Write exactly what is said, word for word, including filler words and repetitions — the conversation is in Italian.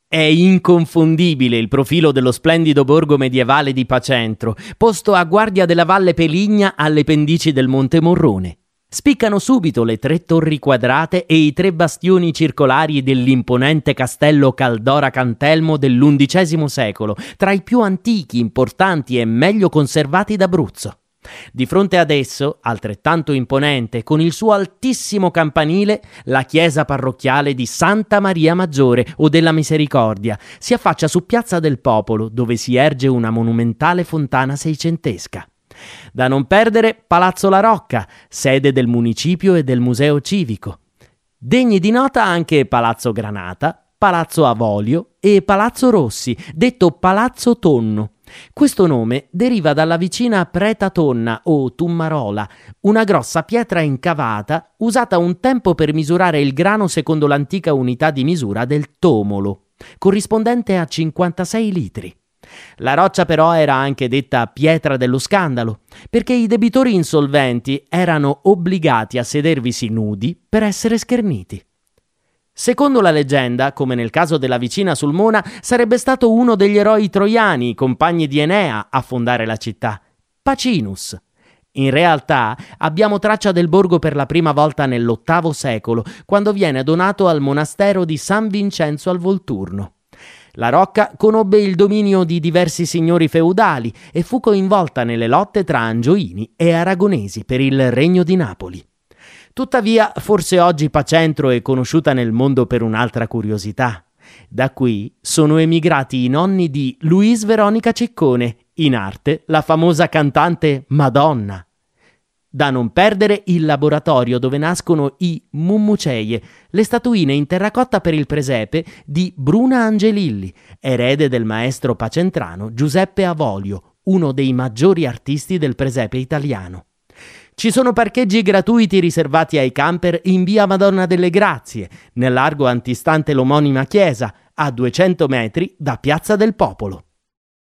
È inconfondibile il profilo dello splendido borgo medievale di Pacentro, posto a guardia della Valle Peligna alle pendici del Monte Morrone. Spiccano subito le tre torri quadrate e i tre bastioni circolari dell'imponente castello Caldora Cantelmo dell'undicesimo secolo, tra i più antichi, importanti e meglio conservati d'Abruzzo. Di fronte ad esso, altrettanto imponente, con il suo altissimo campanile, la chiesa parrocchiale di Santa Maria Maggiore o della Misericordia si affaccia su Piazza del Popolo, dove si erge una monumentale fontana seicentesca. Da non perdere Palazzo La Rocca, sede del municipio e del museo civico. Degni di nota anche Palazzo Granata, Palazzo Avolio e Palazzo Rossi, detto Palazzo Tonno. Questo nome deriva dalla vicina Preta Tonna o Tummarola, una grossa pietra incavata usata un tempo per misurare il grano secondo l'antica unità di misura del tomolo, corrispondente a cinquantasei litri. La roccia però era anche detta pietra dello scandalo, perché i debitori insolventi erano obbligati a sedervisi nudi per essere scherniti. Secondo la leggenda, come nel caso della vicina Sulmona, sarebbe stato uno degli eroi troiani, compagni di Enea, a fondare la città, Pacinus. In realtà abbiamo traccia del borgo per la prima volta nell'ottavo secolo, quando viene donato al monastero di San Vincenzo al Volturno. La Rocca conobbe il dominio di diversi signori feudali e fu coinvolta nelle lotte tra Angioini e Aragonesi per il regno di Napoli. Tuttavia, forse oggi Pacentro è conosciuta nel mondo per un'altra curiosità. Da qui sono emigrati i nonni di Luis Veronica Ceccone, in arte la famosa cantante Madonna. Da non perdere il laboratorio dove nascono i mummuceie, le statuine in terracotta per il presepe di Bruna Angelilli, erede del maestro pacentrano Giuseppe Avolio, uno dei maggiori artisti del presepe italiano. Ci sono parcheggi gratuiti riservati ai camper in via Madonna delle Grazie, nel largo antistante l'omonima chiesa, a duecento metri da Piazza del Popolo.